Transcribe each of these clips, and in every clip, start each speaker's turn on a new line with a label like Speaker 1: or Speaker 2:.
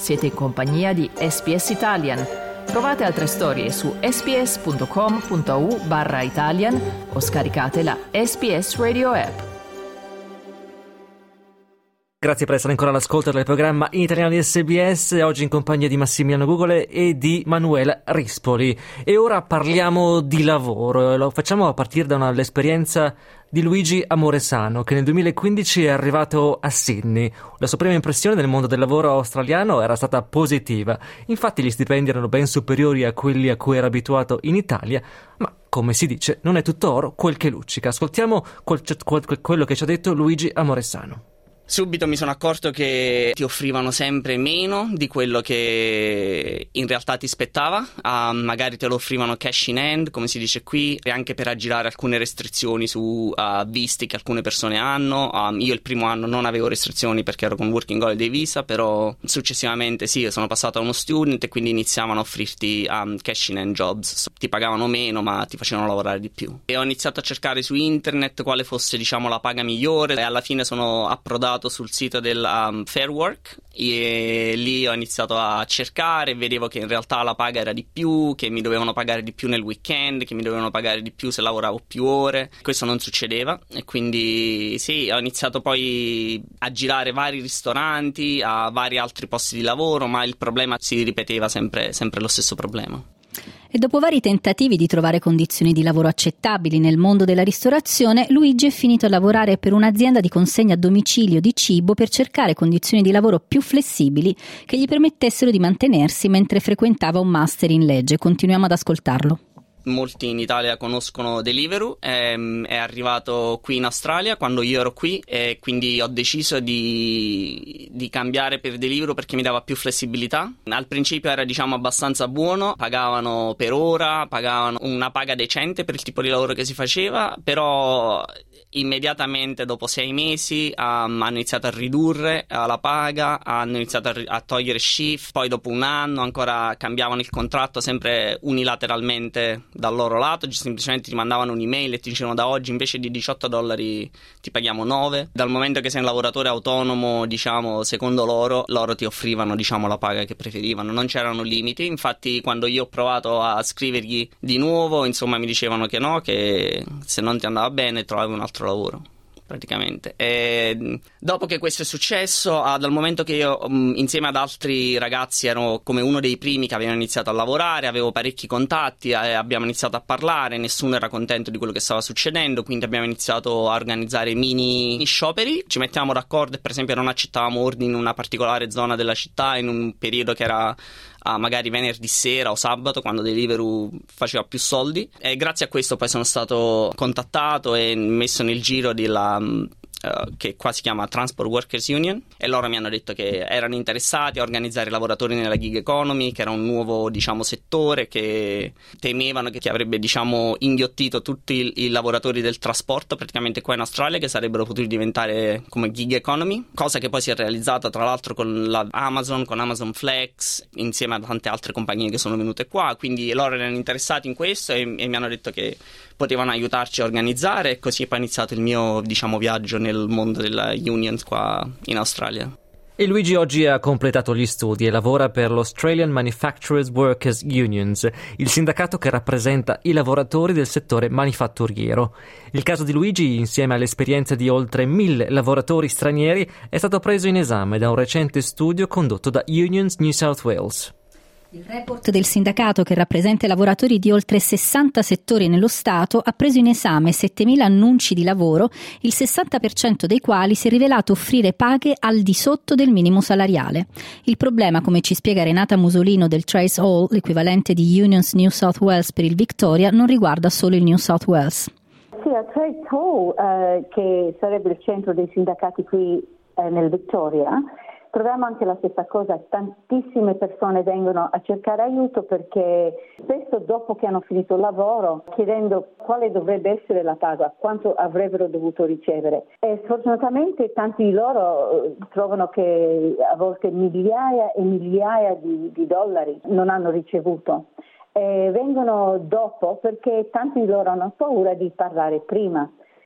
Speaker 1: Siete in compagnia di SBS Italian. Trovate altre storie su sbs.com.au/Italian o scaricate la SBS Radio app.
Speaker 2: Grazie per essere ancora all'ascolto del programma in italiano di SBS, oggi in compagnia di Massimiliano Gugole e di Manuela Rispoli. E ora parliamo di lavoro, lo facciamo a partire da l'esperienza di Luigi Amoresano, che nel 2015 è arrivato a Sydney. La sua prima impressione del mondo del lavoro australiano era stata positiva, infatti gli stipendi erano ben superiori a quelli a cui era abituato in Italia, ma come si dice, non è tutto oro quel che luccica. Ascoltiamo quello che ci ha detto Luigi Amoresano.
Speaker 3: Subito mi sono accorto che ti offrivano sempre meno di quello che in realtà ti spettava, magari te lo offrivano cash in hand, come si dice qui, e anche per aggirare alcune restrizioni su visti che alcune persone hanno. Io il primo anno non avevo restrizioni perché ero con Working Holiday Visa, però successivamente sì, sono passato a uno student e quindi iniziavano a offrirti cash in hand jobs. Ti pagavano meno ma ti facevano lavorare di più. E ho iniziato a cercare su internet quale fosse, diciamo, la paga migliore e alla fine sono approdato sul sito del Fair Work e lì ho iniziato a cercare e vedevo che in realtà la paga era di più, che mi dovevano pagare di più nel weekend, che mi dovevano pagare di più se lavoravo più ore. Questo non succedeva e quindi sì, ho iniziato poi a girare vari ristoranti, a vari altri posti di lavoro, ma il problema si ripeteva sempre lo stesso problema.
Speaker 4: E dopo vari tentativi di trovare condizioni di lavoro accettabili nel mondo della ristorazione, Luigi è finito a lavorare per un'azienda di consegna a domicilio di cibo per cercare condizioni di lavoro più flessibili che gli permettessero di mantenersi mentre frequentava un master in legge. Continuiamo ad ascoltarlo.
Speaker 3: Molti in Italia conoscono Deliveroo, è arrivato qui in Australia quando io ero qui e quindi ho deciso di cambiare per Deliveroo perché mi dava più flessibilità. Al principio era, diciamo, abbastanza buono, pagavano per ora, pagavano una paga decente per il tipo di lavoro che si faceva, però immediatamente dopo 6 mesi hanno iniziato a ridurre la paga, hanno iniziato a togliere shift, poi dopo un anno ancora cambiavano il contratto sempre unilateralmente dal loro lato, semplicemente ti mandavano un'email e ti dicevano da oggi invece di $18 ti paghiamo 9. Dal momento che sei un lavoratore autonomo, diciamo, secondo loro ti offrivano, diciamo, la paga che preferivano, non c'erano limiti. Infatti quando io ho provato a scrivergli di nuovo, insomma, mi dicevano che no, che se non ti andava bene trovavi un altro lavoro praticamente. E dopo che questo è successo, dal momento che io insieme ad altri ragazzi ero come uno dei primi che avevano iniziato a lavorare, avevo parecchi contatti, abbiamo iniziato a parlare, nessuno era contento di quello che stava succedendo, quindi abbiamo iniziato a organizzare mini scioperi, ci mettiamo d'accordo e per esempio non accettavamo ordini in una particolare zona della città in un periodo che era magari venerdì sera o sabato, quando Deliveroo faceva più soldi, e grazie a questo poi sono stato contattato e messo nel giro che qua si chiama Transport Workers Union, e loro mi hanno detto che erano interessati a organizzare i lavoratori nella gig economy, che era un nuovo, diciamo, settore che temevano che avrebbe, diciamo, inghiottito tutti i lavoratori del trasporto praticamente qua in Australia, che sarebbero potuti diventare come gig economy, cosa che poi si è realizzata tra l'altro con Amazon Flex, insieme a tante altre compagnie che sono venute qua. Quindi loro erano interessati in questo e mi hanno detto che potevano aiutarci a organizzare, e così è poi iniziato il mio, diciamo, viaggio nel mondo della unions qua in Australia.
Speaker 2: E Luigi oggi ha completato gli studi e lavora per l'Australian Manufacturers Workers Unions, il sindacato che rappresenta i lavoratori del settore manifatturiero. Il caso di Luigi, insieme all'esperienza di oltre 1.000 lavoratori stranieri, è stato preso in esame da un recente studio condotto da Unions New South Wales.
Speaker 4: Il report del sindacato, che rappresenta i lavoratori di oltre 60 settori nello Stato, ha preso in esame 7.000 annunci di lavoro, il 60% dei quali si è rivelato offrire paghe al di sotto del minimo salariale. Il problema, come ci spiega Renata Musolino del Trace Hall, l'equivalente di Unions New South Wales per il Victoria, non riguarda solo il New South Wales.
Speaker 5: Sì, a Trace Hall, che sarebbe il centro dei sindacati qui nel Victoria, troviamo anche la stessa cosa. Tantissime persone vengono a cercare aiuto perché spesso dopo che hanno finito il lavoro, chiedendo quale dovrebbe essere la paga, quanto avrebbero dovuto ricevere, e sfortunatamente tanti di loro trovano che a volte migliaia e migliaia di dollari non hanno ricevuto. Vengono dopo perché tanti di loro hanno paura di parlare prima.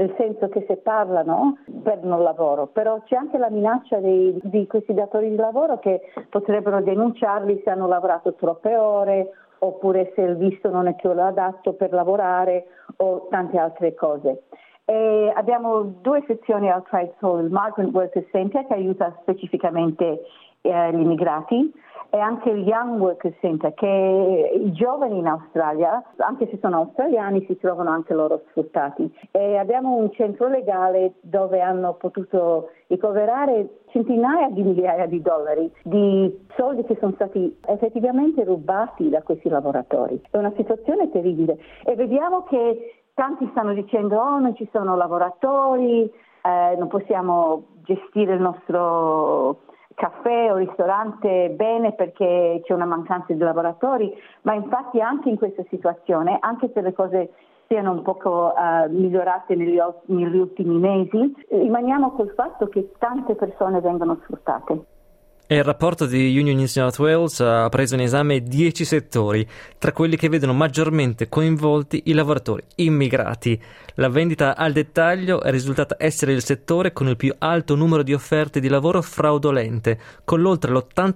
Speaker 5: nel senso che se parlano perdono il lavoro, però c'è anche la minaccia di questi datori di lavoro che potrebbero denunciarli se hanno lavorato troppe ore oppure se il visto non è più adatto per lavorare o tante altre cose. E abbiamo 2 sezioni al Trades Hall, il Migrant Workers Center che aiuta specificamente gli immigrati e anche il Young Workers Center che i giovani in Australia, anche se sono australiani, si trovano anche loro sfruttati. E abbiamo un centro legale dove hanno potuto ricoverare centinaia di migliaia di dollari di soldi che sono stati effettivamente rubati da questi lavoratori. È una situazione terribile e vediamo che tanti stanno dicendo non ci sono lavoratori, non possiamo gestire il nostro caffè o ristorante bene perché c'è una mancanza di lavoratori, ma infatti anche in questa situazione, anche se le cose siano un poco migliorate negli ultimi mesi, rimaniamo col fatto che tante persone vengono sfruttate.
Speaker 2: E il rapporto di Union New South Wales ha preso in esame 10 settori, tra quelli che vedono maggiormente coinvolti i lavoratori immigrati. La vendita al dettaglio è risultata essere il settore con il più alto numero di offerte di lavoro fraudolente, con l'oltre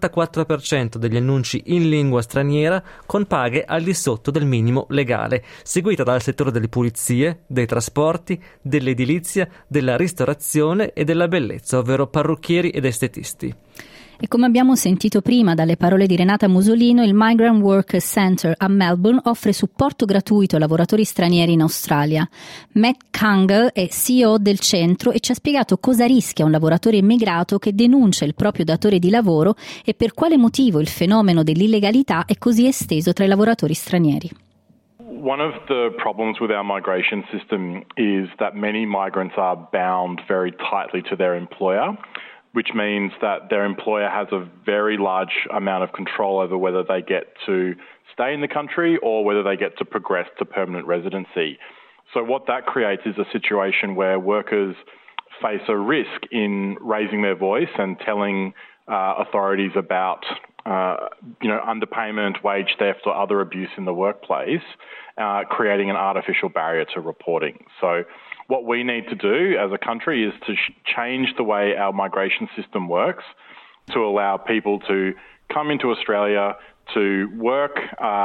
Speaker 2: l'84% degli annunci in lingua straniera con paghe al di sotto del minimo legale, seguita dal settore delle pulizie, dei trasporti, dell'edilizia, della ristorazione e della bellezza, ovvero parrucchieri ed estetisti.
Speaker 4: E come abbiamo sentito prima dalle parole di Renata Musolino, il Migrant Workers Center a Melbourne offre supporto gratuito ai lavoratori stranieri in Australia. Matt Kangel è CEO del centro e ci ha spiegato cosa rischia un lavoratore immigrato che denuncia il proprio datore di lavoro e per quale motivo il fenomeno dell'illegalità è così esteso tra i lavoratori stranieri.
Speaker 6: One of the problems with our migration system is that many migrants are bound very tightly to their employer, which means that their employer has a very large amount of control over whether they get to stay in the country or whether they get to progress to permanent residency. So what that creates is a situation where workers face a risk in raising their voice and telling authorities about underpayment, wage theft or other abuse in the workplace, creating an artificial barrier to reporting. So what we need to do as a country is to change the way our migration system works to allow people to come into Australia to work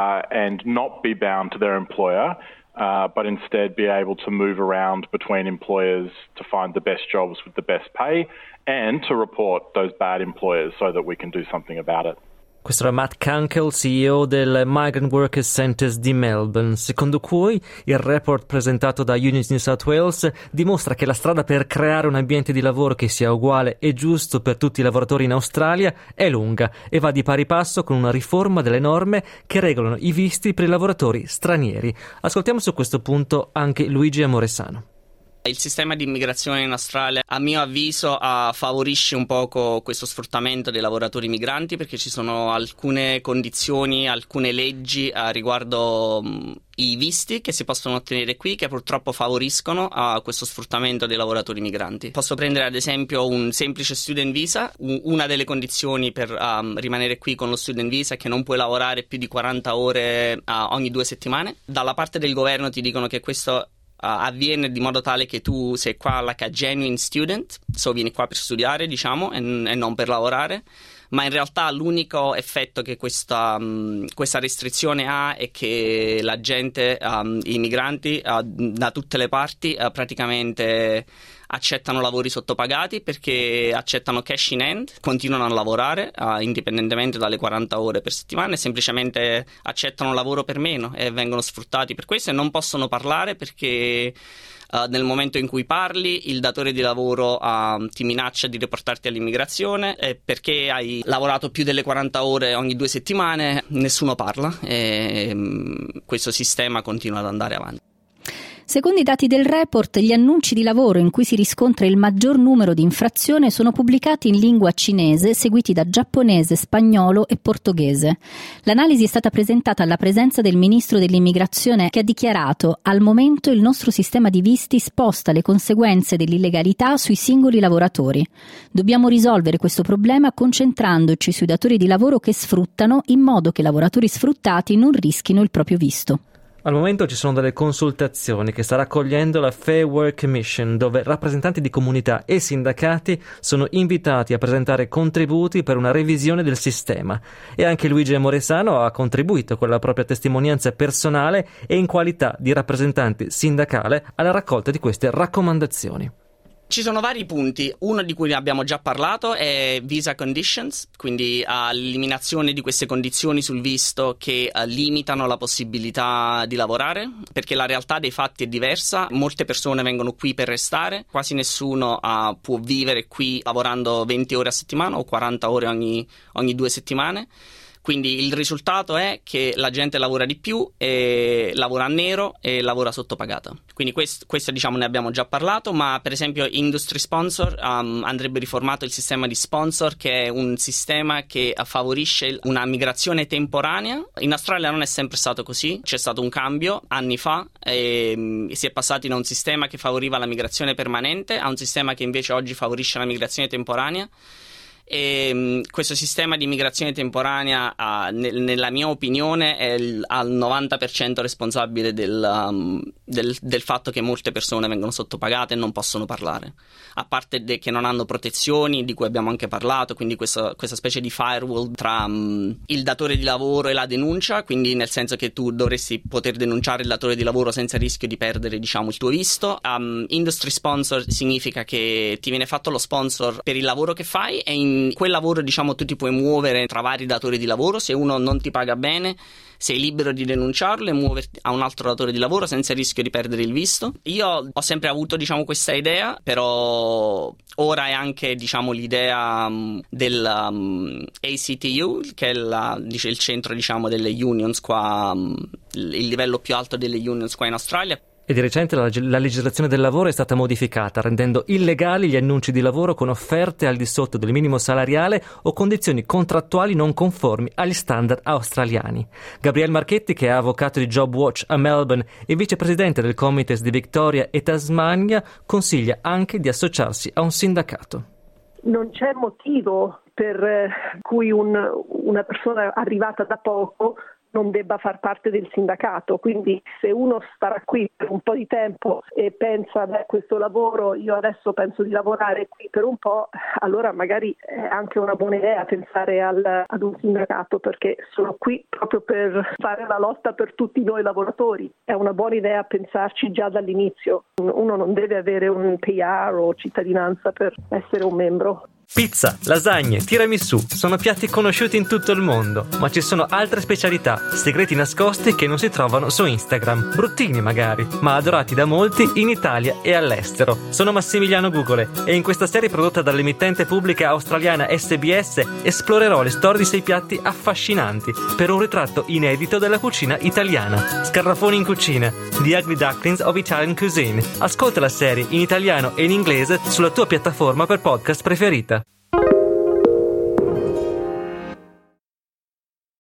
Speaker 6: and not be bound to their employer, but instead be able to move around between employers to find the best jobs with the best pay and to report those bad employers so that we can do something about it.
Speaker 2: Questo era Matt Kunkel, CEO del Migrant Workers Centers di Melbourne, secondo cui il report presentato da Union New South Wales dimostra che la strada per creare un ambiente di lavoro che sia uguale e giusto per tutti i lavoratori in Australia è lunga e va di pari passo con una riforma delle norme che regolano i visti per i lavoratori stranieri. Ascoltiamo su questo punto anche Luigi Amoresano.
Speaker 3: Il sistema di immigrazione in Australia, a mio avviso, favorisce un poco questo sfruttamento dei lavoratori migranti perché ci sono alcune condizioni, alcune leggi riguardo i visti che si possono ottenere qui che purtroppo favoriscono questo sfruttamento dei lavoratori migranti. Posso prendere ad esempio un semplice student visa. Una delle condizioni per rimanere qui con lo student visa è che non puoi lavorare più di 40 ore ogni 2 settimane. Dalla parte del governo ti dicono che questo avviene di modo tale che tu sei qua like a genuine student, vieni qua per studiare, diciamo, e non per lavorare, ma in realtà l'unico effetto che questa restrizione ha è che la gente, i migranti da tutte le parti praticamente accettano lavori sottopagati perché accettano cash in hand, continuano a lavorare indipendentemente dalle 40 ore per settimana e semplicemente accettano lavoro per meno e vengono sfruttati per questo e non possono parlare perché nel momento in cui parli il datore di lavoro ti minaccia di riportarti all'immigrazione e perché hai lavorato più delle 40 ore ogni 2 settimane nessuno parla e questo sistema continua ad andare avanti.
Speaker 4: Secondo i dati del report, gli annunci di lavoro in cui si riscontra il maggior numero di infrazioni sono pubblicati in lingua cinese, seguiti da giapponese, spagnolo e portoghese. L'analisi è stata presentata alla presenza del ministro dell'immigrazione che ha dichiarato: al momento il nostro sistema di visti sposta le conseguenze dell'illegalità sui singoli lavoratori. Dobbiamo risolvere questo problema concentrandoci sui datori di lavoro che sfruttano in modo che i lavoratori sfruttati non rischino il proprio visto.
Speaker 2: Al momento ci sono delle consultazioni che sta raccogliendo la Fair Work Commission, dove rappresentanti di comunità e sindacati sono invitati a presentare contributi per una revisione del sistema. E anche Luigi Amoresano ha contribuito con la propria testimonianza personale e in qualità di rappresentante sindacale alla raccolta di queste raccomandazioni.
Speaker 3: Ci sono vari punti. Uno di cui abbiamo già parlato è visa conditions, quindi l'eliminazione di queste condizioni sul visto che limitano la possibilità di lavorare, perché la realtà dei fatti è diversa. Molte persone vengono qui per restare, quasi nessuno può vivere qui lavorando 20 ore a settimana o 40 ore ogni 2 settimane. Quindi il risultato è che la gente lavora di più, e lavora a nero e lavora sottopagata. Quindi questo diciamo ne abbiamo già parlato, ma per esempio Industry Sponsor andrebbe riformato il sistema di sponsor, che è un sistema che favorisce una migrazione temporanea. In Australia non è sempre stato così, c'è stato un cambio anni fa e si è passati da un sistema che favoriva la migrazione permanente a un sistema che invece oggi favorisce la migrazione temporanea. E questo sistema di migrazione temporanea, nella mia opinione, è al 90% responsabile del fatto che molte persone vengono sottopagate e non possono parlare, a parte che non hanno protezioni, di cui abbiamo anche parlato, quindi questa specie di firewall tra il datore di lavoro e la denuncia, quindi nel senso che tu dovresti poter denunciare il datore di lavoro senza rischio di perdere, diciamo, il tuo visto. Industry sponsor significa che ti viene fatto lo sponsor per il lavoro che fai, e in quel lavoro, diciamo, tu ti puoi muovere tra vari datori di lavoro. Se uno non ti paga bene, sei libero di denunciarlo e muoverti a un altro datore di lavoro senza il rischio di perdere il visto. Io ho sempre avuto, diciamo, questa idea, però ora è anche, diciamo, l'idea del ACTU, che è il centro, diciamo, delle unions qua, il livello più alto delle unions qua in Australia.
Speaker 2: E di recente la legislazione del lavoro è stata modificata, rendendo illegali gli annunci di lavoro con offerte al di sotto del minimo salariale o condizioni contrattuali non conformi agli standard australiani. Gabriele Marchetti, che è avvocato di JobWatch a Melbourne e vicepresidente del Comites di Victoria e Tasmania, consiglia anche di associarsi a un sindacato.
Speaker 7: Non c'è motivo per cui una persona arrivata da poco non debba far parte del sindacato, quindi se uno starà qui per un po' di tempo e pensa, questo lavoro, io adesso penso di lavorare qui per un po', allora magari è anche una buona idea pensare ad un sindacato, perché sono qui proprio per fare la lotta per tutti noi lavoratori. È una buona idea pensarci già dall'inizio. Uno non deve avere un PR o cittadinanza per essere un membro.
Speaker 2: Pizza, lasagne, tiramisù sono piatti conosciuti in tutto il mondo, ma ci sono altre specialità, segreti nascosti che non si trovano su Instagram, bruttini magari, ma adorati da molti in Italia e all'estero. Sono Massimiliano Gugole e in questa serie prodotta dall'emittente pubblica australiana SBS esplorerò le storie di 6 piatti affascinanti per un ritratto inedito della cucina italiana. Scarafoni in cucina, The Ugly Ducklings of Italian Cuisine. Ascolta la serie in italiano e in inglese sulla tua piattaforma per podcast preferita.